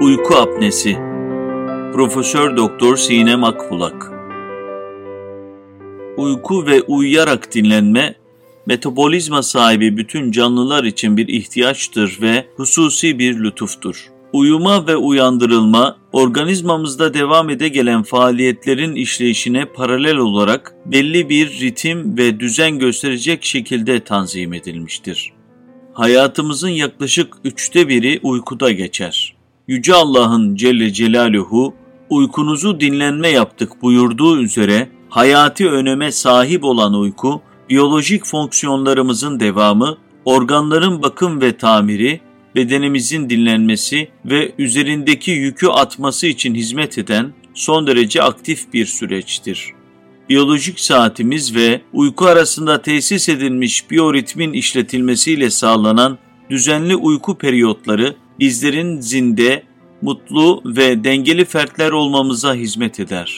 Uyku apnesi. Profesör Doktor Sinem Akbulak. Uyku ve uyuyarak dinlenme, metabolizma sahibi bütün canlılar için bir ihtiyaçtır ve hususi bir lütuftur. Uyuma ve uyandırılma, organizmamızda devam ede gelen faaliyetlerin işleyişine paralel olarak belli bir ritim ve düzen gösterecek şekilde tanzim edilmiştir. Hayatımızın yaklaşık 1/3 uykuda geçer. Yüce Allah'ın Celle Celaluhu, uykunuzu dinlenme yaptık buyurduğu üzere, hayati öneme sahip olan uyku, biyolojik fonksiyonlarımızın devamı, organların bakım ve tamiri, bedenimizin dinlenmesi ve üzerindeki yükü atması için hizmet eden son derece aktif bir süreçtir. Biyolojik saatimiz ve uyku arasında tesis edilmiş biyoritmin işletilmesiyle sağlanan düzenli uyku periyotları bizlerin zinde, mutlu ve dengeli fertler olmamıza hizmet eder.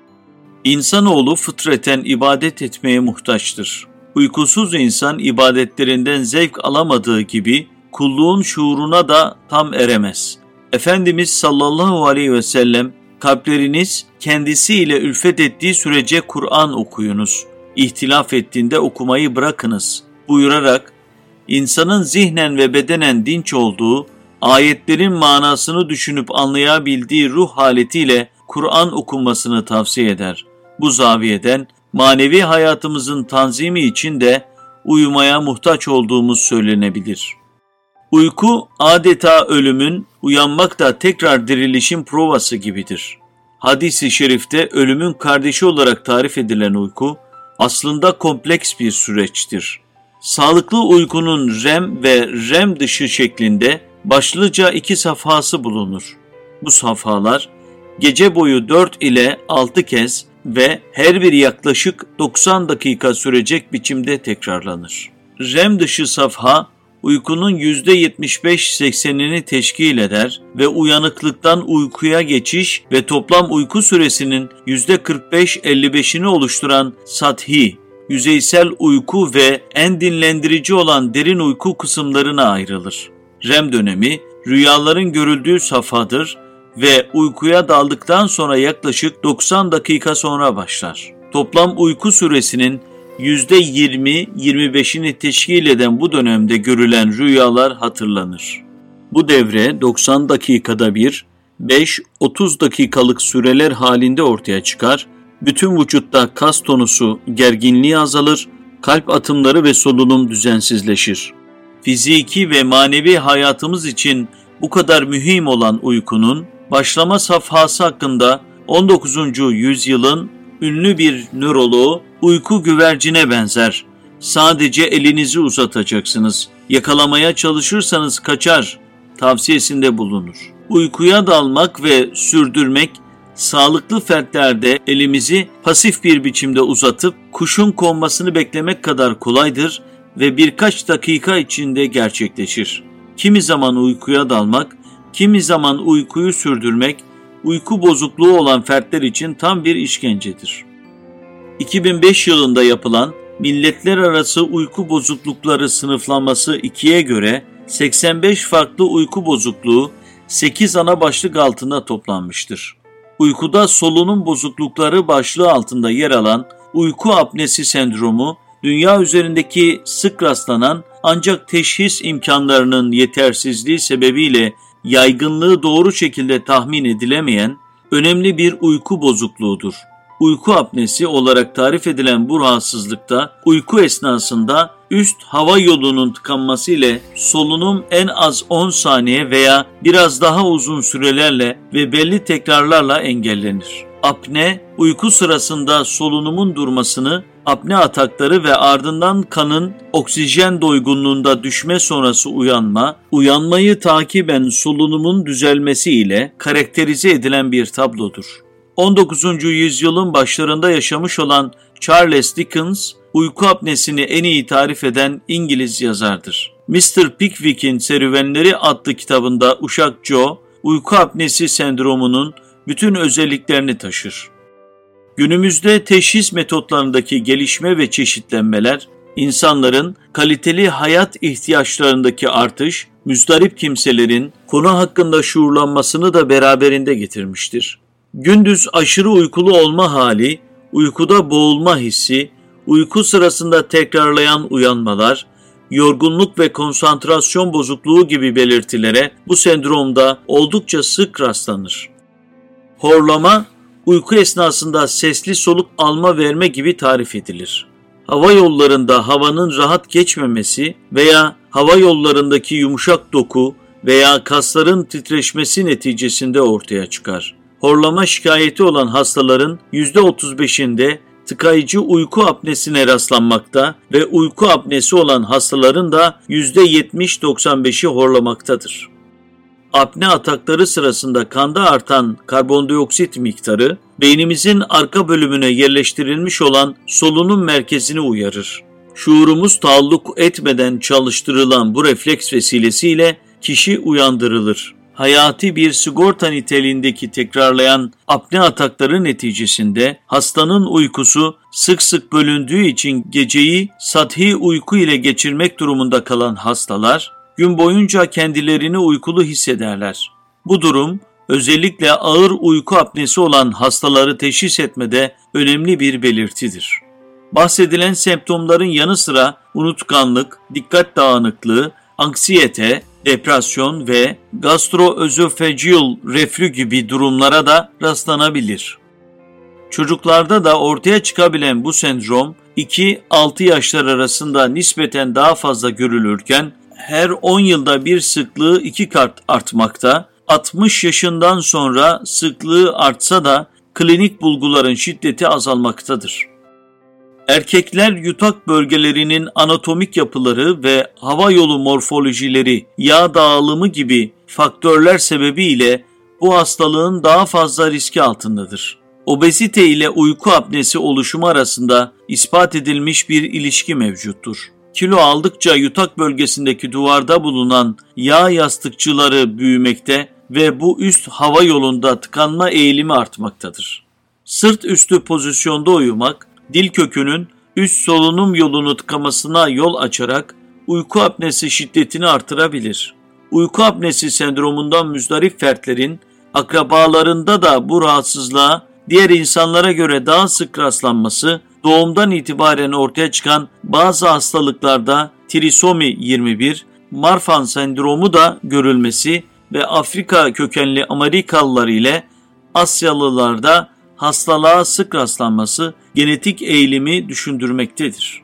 İnsanoğlu fıtraten ibadet etmeye muhtaçtır. Uykusuz insan ibadetlerinden zevk alamadığı gibi kulluğun şuuruna da tam eremez. Efendimiz sallallahu aleyhi ve sellem, kalpleriniz kendisiyle ülfet ettiği sürece Kur'an okuyunuz, ihtilaf ettiğinde okumayı bırakınız buyurarak, insanın zihnen ve bedenen dinç olduğu, ayetlerin manasını düşünüp anlayabildiği ruh haletiyle Kur'an okunmasını tavsiye eder. Bu zaviyeden manevi hayatımızın tanzimi için de uyumaya muhtaç olduğumuz söylenebilir. Uyku adeta ölümün, uyanmak da tekrar dirilişin provası gibidir. Hadis-i şerifte ölümün kardeşi olarak tarif edilen uyku aslında kompleks bir süreçtir. Sağlıklı uykunun REM ve REM dışı şeklinde başlıca 2 safhası bulunur. Bu safhalar gece boyu 4 ile 6 kez ve her biri yaklaşık 90 dakika sürecek biçimde tekrarlanır. REM dışı safha uykunun %75-80'ini teşkil eder ve uyanıklıktan uykuya geçiş ve toplam uyku süresinin %45-55'ini oluşturan sathi, yüzeysel uyku ve en dinlendirici olan derin uyku kısımlarına ayrılır. REM dönemi rüyaların görüldüğü safhadır ve uykuya daldıktan sonra yaklaşık 90 dakika sonra başlar. Toplam uyku süresinin %20-25'ini teşkil eden bu dönemde görülen rüyalar hatırlanır. Bu devre 90 dakikada bir, 5-30 dakikalık süreler halinde ortaya çıkar, bütün vücutta kas tonusu, gerginliği azalır, kalp atımları ve solunum düzensizleşir. Fiziki ve manevi hayatımız için bu kadar mühim olan uykunun başlama safhası hakkında 19. yüzyılın ünlü bir nöroloğu, uyku güvercine benzer. Sadece elinizi uzatacaksınız. Yakalamaya çalışırsanız kaçar tavsiyesinde bulunur. Uykuya dalmak ve sürdürmek, sağlıklı fertlerde elimizi pasif bir biçimde uzatıp kuşun konmasını beklemek kadar kolaydır ve birkaç dakika içinde gerçekleşir. Kimi zaman uykuya dalmak, kimi zaman uykuyu sürdürmek, uyku bozukluğu olan fertler için tam bir işkencedir. 2005 yılında yapılan Milletler Arası Uyku Bozuklukları Sınıflanması 2'ye göre 85 farklı uyku bozukluğu 8 ana başlık altında toplanmıştır. Uykuda solunum bozuklukları başlığı altında yer alan uyku apnesi sendromu, dünya üzerindeki sık rastlanan ancak teşhis imkanlarının yetersizliği sebebiyle yaygınlığı doğru şekilde tahmin edilemeyen önemli bir uyku bozukluğudur. Uyku apnesi olarak tarif edilen bu rahatsızlıkta uyku esnasında üst hava yolunun tıkanması ile solunum en az 10 saniye veya biraz daha uzun sürelerle ve belli tekrarlarla engellenir. Apne, uyku sırasında solunumun durmasını, apne atakları ve ardından kanın oksijen doygunluğunda düşme sonrası uyanma, uyanmayı takiben solunumun düzelmesi ile karakterize edilen bir tablodur. 19. yüzyılın başlarında yaşamış olan Charles Dickens, uyku apnesini en iyi tarif eden İngiliz yazardır. Mr. Pickwick'in Serüvenleri adlı kitabında uşak Joe, uyku apnesi sendromunun bütün özelliklerini taşır. Günümüzde teşhis metotlarındaki gelişme ve çeşitlenmeler, İnsanların kaliteli hayat ihtiyaçlarındaki artış, müzdarip kimselerin konu hakkında şuurlanmasını da beraberinde getirmiştir. Gündüz aşırı uykulu olma hali, uykuda boğulma hissi, uyku sırasında tekrarlayan uyanmalar, yorgunluk ve konsantrasyon bozukluğu gibi belirtilere bu sendromda oldukça sık rastlanır. Horlama, uyku esnasında sesli soluk alma verme gibi tarif edilir. Hava yollarında havanın rahat geçmemesi veya hava yollarındaki yumuşak doku veya kasların titreşmesi neticesinde ortaya çıkar. Horlama şikayeti olan hastaların %35'inde tıkayıcı uyku apnesine rastlanmakta ve uyku apnesi olan hastaların da %70-95'i horlamaktadır. Apne atakları sırasında kanda artan karbondioksit miktarı, beynimizin arka bölümüne yerleştirilmiş olan solunum merkezini uyarır. Şuurumuz taalluk etmeden çalıştırılan bu refleks vesilesiyle kişi uyandırılır. Hayati bir sigorta niteliğindeki tekrarlayan apne atakları neticesinde hastanın uykusu sık sık bölündüğü için geceyi sathi uyku ile geçirmek durumunda kalan hastalar, gün boyunca kendilerini uykulu hissederler. Bu durum, özellikle ağır uyku apnesi olan hastaları teşhis etmede önemli bir belirtidir. Bahsedilen semptomların yanı sıra unutkanlık, dikkat dağınıklığı, anksiyete, depresyon ve gastroözofageal reflü gibi durumlara da rastlanabilir. Çocuklarda da ortaya çıkabilen bu sendrom 2-6 yaşlar arasında nispeten daha fazla görülürken her 10 yılda bir sıklığı 2 kat artmakta, 60 yaşından sonra sıklığı artsa da klinik bulguların şiddeti azalmaktadır. Erkekler yutak bölgelerinin anatomik yapıları ve hava yolu morfolojileri, yağ dağılımı gibi faktörler sebebiyle bu hastalığın daha fazla riski altındadır. Obezite ile uyku apnesi oluşumu arasında ispat edilmiş bir ilişki mevcuttur. Kilo aldıkça yutak bölgesindeki duvarda bulunan yağ yastıkçıları büyümekte ve bu üst hava yolunda tıkanma eğilimi artmaktadır. Sırt üstü pozisyonda uyumak, dil kökünün üst solunum yolunu tıkamasına yol açarak uyku apnesi şiddetini artırabilir. Uyku apnesi sendromundan müzdarip fertlerin akrabalarında da bu rahatsızlığa diğer insanlara göre daha sık rastlanması, doğumdan itibaren ortaya çıkan bazı hastalıklarda trisomi 21, Marfan sendromu da görülmesi ve Afrika kökenli Amerikalılar ile Asyalılarda hastalığa sık rastlanması genetik eğilimi düşündürmektedir.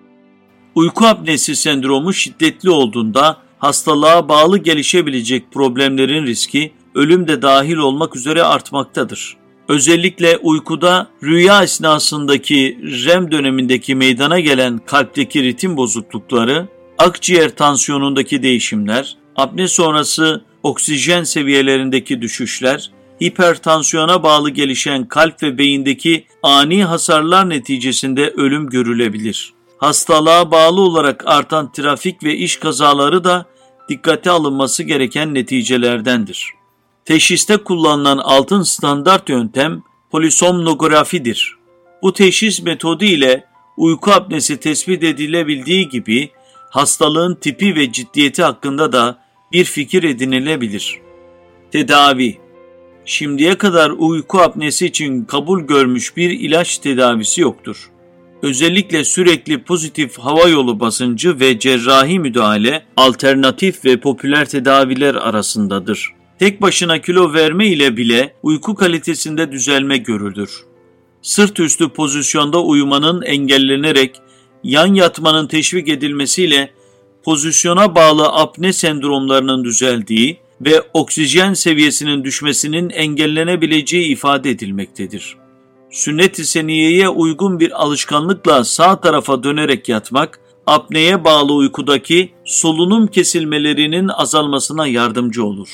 Uyku apnesi sendromu şiddetli olduğunda hastalığa bağlı gelişebilecek problemlerin riski ölüm de dahil olmak üzere artmaktadır. Özellikle uykuda rüya esnasındaki REM dönemindeki meydana gelen kalpteki ritim bozuklukları, akciğer tansiyonundaki değişimler, apne sonrası oksijen seviyelerindeki düşüşler, hipertansiyona bağlı gelişen kalp ve beyindeki ani hasarlar neticesinde ölüm görülebilir. Hastalığa bağlı olarak artan trafik ve iş kazaları da dikkate alınması gereken neticelerdendir. Teşhiste kullanılan altın standart yöntem polisomnografidir. Bu teşhis metodu ile uyku apnesi tespit edilebildiği gibi hastalığın tipi ve ciddiyeti hakkında da bir fikir edinilebilir. Tedavi: şimdiye kadar uyku apnesi için kabul görmüş bir ilaç tedavisi yoktur. Özellikle sürekli pozitif hava yolu basıncı ve cerrahi müdahale alternatif ve popüler tedaviler arasındadır. Tek başına kilo verme ile bile uyku kalitesinde düzelme görülür. Sırt üstü pozisyonda uyumanın engellenerek yan yatmanın teşvik edilmesiyle pozisyona bağlı apne sendromlarının düzeldiği ve oksijen seviyesinin düşmesinin engellenebileceği ifade edilmektedir. Sünnet-i seniyeye uygun bir alışkanlıkla sağ tarafa dönerek yatmak, apneye bağlı uykudaki solunum kesilmelerinin azalmasına yardımcı olur.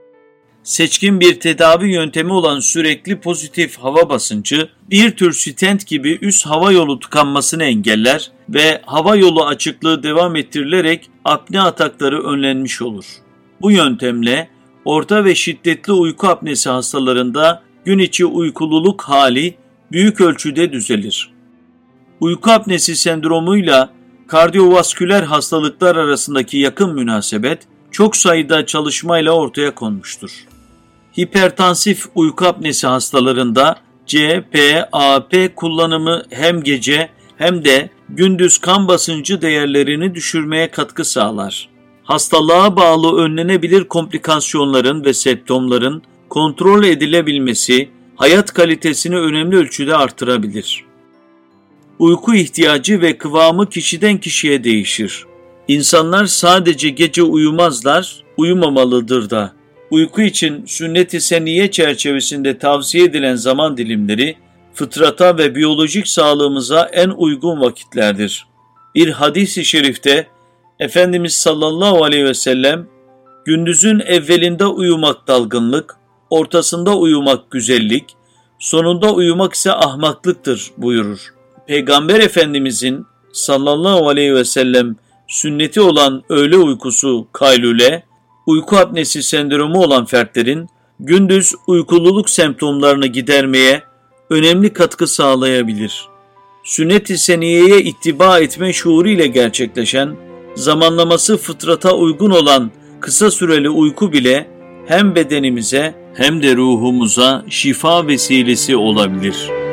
Seçkin bir tedavi yöntemi olan sürekli pozitif hava basıncı, bir tür stent gibi üst hava yolu tıkanmasını engeller ve hava yolu açıklığı devam ettirilerek apne atakları önlenmiş olur. Bu yöntemle orta ve şiddetli uyku apnesi hastalarında gün içi uykululuk hali büyük ölçüde düzelir. Uyku apnesi sendromuyla Kardiyovasküler hastalıklar arasındaki yakın münasebet çok sayıda çalışmayla ortaya konmuştur. Hipertansif uyku apnesi hastalarında CPAP kullanımı hem gece hem de gündüz kan basıncı değerlerini düşürmeye katkı sağlar. Hastalığa bağlı önlenebilir komplikasyonların ve semptomların kontrol edilebilmesi hayat kalitesini önemli ölçüde artırabilir. Uyku ihtiyacı ve kıvamı kişiden kişiye değişir. İnsanlar sadece gece uyumazlar, uyumamalıdır da. Uyku için sünnet-i seniyye çerçevesinde tavsiye edilen zaman dilimleri, fıtrata ve biyolojik sağlığımıza en uygun vakitlerdir. Bir hadis-i şerifte Efendimiz sallallahu aleyhi ve sellem, gündüzün evvelinde uyumak dalgınlık, ortasında uyumak güzellik, sonunda uyumak ise ahmaklıktır buyurur. Peygamber Efendimizin sallallahu aleyhi ve sellem sünneti olan öğle uykusu kaylule, uyku apnesi sendromu olan fertlerin gündüz uykululuk semptomlarını gidermeye önemli katkı sağlayabilir. Sünnet-i seniyeye ittiba etme şuuru ile gerçekleşen, zamanlaması fıtrata uygun olan kısa süreli uyku bile hem bedenimize hem de ruhumuza şifa vesilesi olabilir.